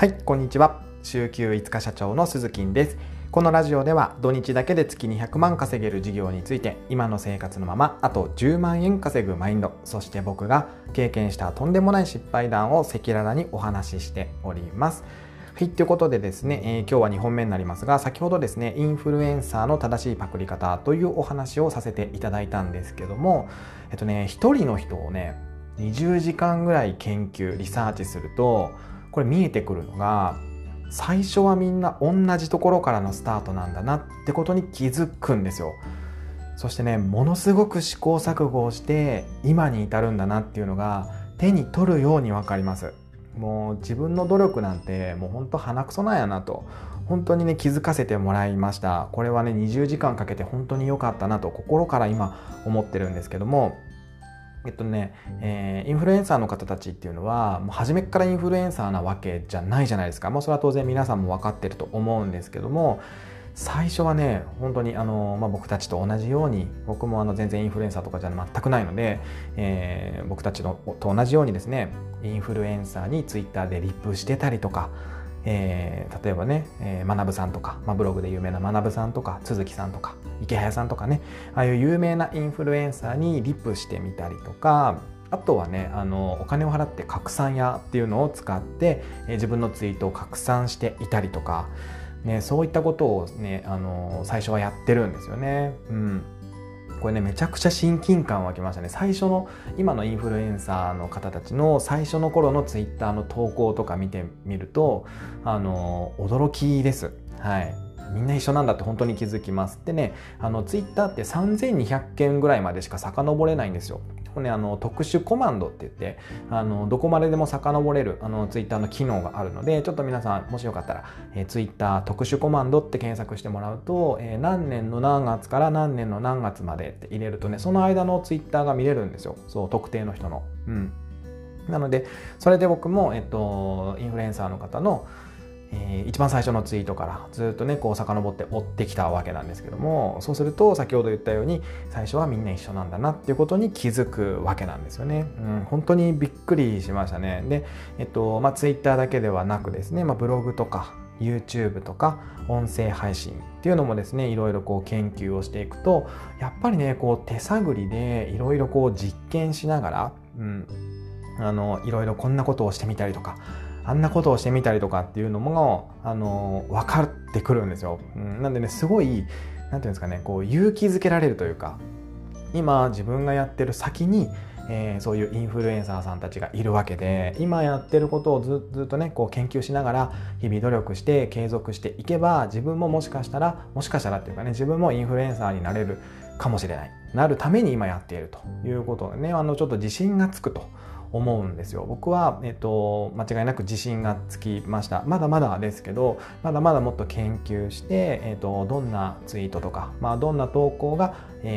はい、こんにちは。週休5日社長の鈴木です。このラジオでは土日だけで月に100万稼げる事業について、今の生活のままあと10万円稼ぐマインド、そして僕が経験したとんでもない失敗談を赤裸々にお話ししております。はい、ということでですね、今日は2本目になりますが、先ほどですね、インフルエンサーの正しいパクリ方というお話をさせていただいたんですけども、一人の人をね、20時間ぐらい研究、リサーチすると、これ見えてくるのが、最初はみんな同じところからのスタートなんだなってことに気づくんですよ。そしてね、ものすごく試行錯誤をして今に至るんだなっていうのが手に取るように分かります。もう自分の努力なんてもうほんと鼻くそなんやなと本当にね気づかせてもらいました。これはね20時間かけて本当に良かったなと心から今思ってるんですけども、インフルエンサーの方たちっていうのはもう初めからインフルエンサーなわけじゃないじゃないですか。それは当然皆さんも分かってると思うんですけども、最初はね本当に僕たちと同じように、僕も全然インフルエンサーとかじゃ全くないので、僕たちと同じようにですね、インフルエンサーにツイッターでリプしてたりとか、例えばね、学さんとか、ブログで有名な学さんとか都築さんとか池早さんとかね、ああいう有名なインフルエンサーにリプしてみたりとか、あとはねお金を払って拡散屋っていうのを使って、自分のツイートを拡散していたりとか、ね、そういったことをね最初はやってるんですよね。これねめちゃくちゃ親近感湧きましたね。最初の今のインフルエンサーの方たちの最初の頃のツイッターの投稿とか見てみると驚きです。はい、みんな一緒なんだって本当に気づきます。でねツイッターって3200件ぐらいまでしか遡れないんですよ。これね特殊コマンドって言ってどこまででも遡れるツイッターの機能があるので、ちょっと皆さんもしよかったらツイッター特殊コマンドって検索してもらうと、何年の何月から何年の何月までって入れるとね、その間のツイッターが見れるんですよ。そう、特定の人の。なのでそれで僕もインフルエンサーの方の一番最初のツイートからずっとねこう遡って追ってきたわけなんですけども、そうすると先ほど言ったように最初はみんな一緒なんだなっていうことに気づくわけなんですよね。本当にびっくりしましたね。で、ツイッターだけではなくですね、ブログとか YouTube とか音声配信っていうのもですね、いろいろこう研究をしていくと、やっぱりねこう手探りでいろいろこう実験しながら、いろいろこんなことをしてみたりとかあんなことをしてみたりとかっていうのも分かってくるんですよ。なんでねすごいなんていうんですかね、こう勇気づけられるというか、今自分がやってる先に、そういうインフルエンサーさんたちがいるわけで、今やってることをずっとねこう研究しながら日々努力して継続していけば、自分ももしかしたらっていうかね、自分もインフルエンサーになれるかもしれない、なるために今やっているということでね、ちょっと自信がつくと思うんですよ。僕は、間違いなく自信がつきました。まだまだですけど、まだまだもっと研究して、どんなツイートとか、どんな投稿が、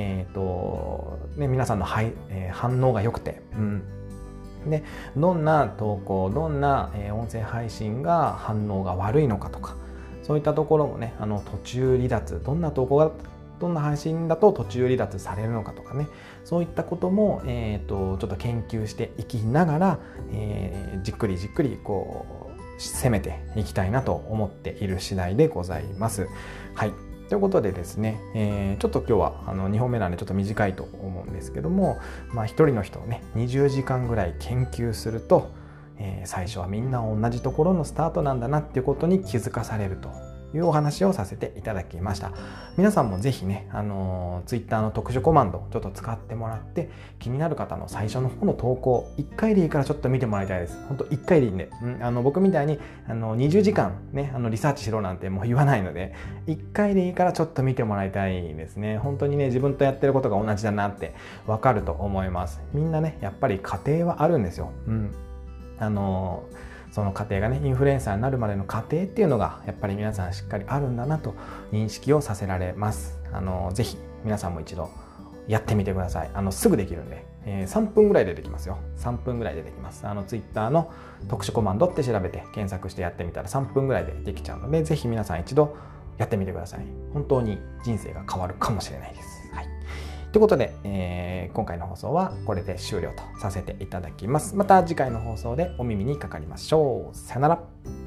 皆さんの、反応が良くて、でどんな投稿、どんな、音声配信が反応が悪いのかとか、そういったところもね途中離脱、どんな投稿がどんな配信だと途中離脱されるのかとかね、そういったことも、ちょっと研究していきながら、じっくりこう攻めていきたいなと思っている次第でございます。はい、ということでですね、ちょっと今日は2本目なんでちょっと短いと思うんですけども、一人の人をね20時間ぐらい研究すると、最初はみんな同じところのスタートなんだなっていうことに気づかされるというお話をさせていただきました。皆さんもぜひね、Twitter の特殊コマンドちょっと使ってもらって、気になる方の最初の方の投稿1回でいいからちょっと見てもらいたいです。本当1回でいいんで、僕みたいに20時間ねリサーチしろなんてもう言わないので、1回でいいからちょっと見てもらいたいですね。本当にね自分とやってることが同じだなってわかると思います。みんなねやっぱり過程はあるんですよ。その過程がねインフルエンサーになるまでの過程っていうのがやっぱり皆さんしっかりあるんだなと認識をさせられます。ぜひ皆さんも一度やってみてください。すぐできるんで、3分ぐらいでできますよ。3分ぐらいでできます。Twitter の特殊コマンドって調べて検索してやってみたら3分ぐらいでできちゃうので、ぜひ皆さん一度やってみてください。本当に人生が変わるかもしれないです。はい、ということで、今回の放送はこれで終了とさせていただきます。また次回の放送でお耳にかかりましょう。さよなら。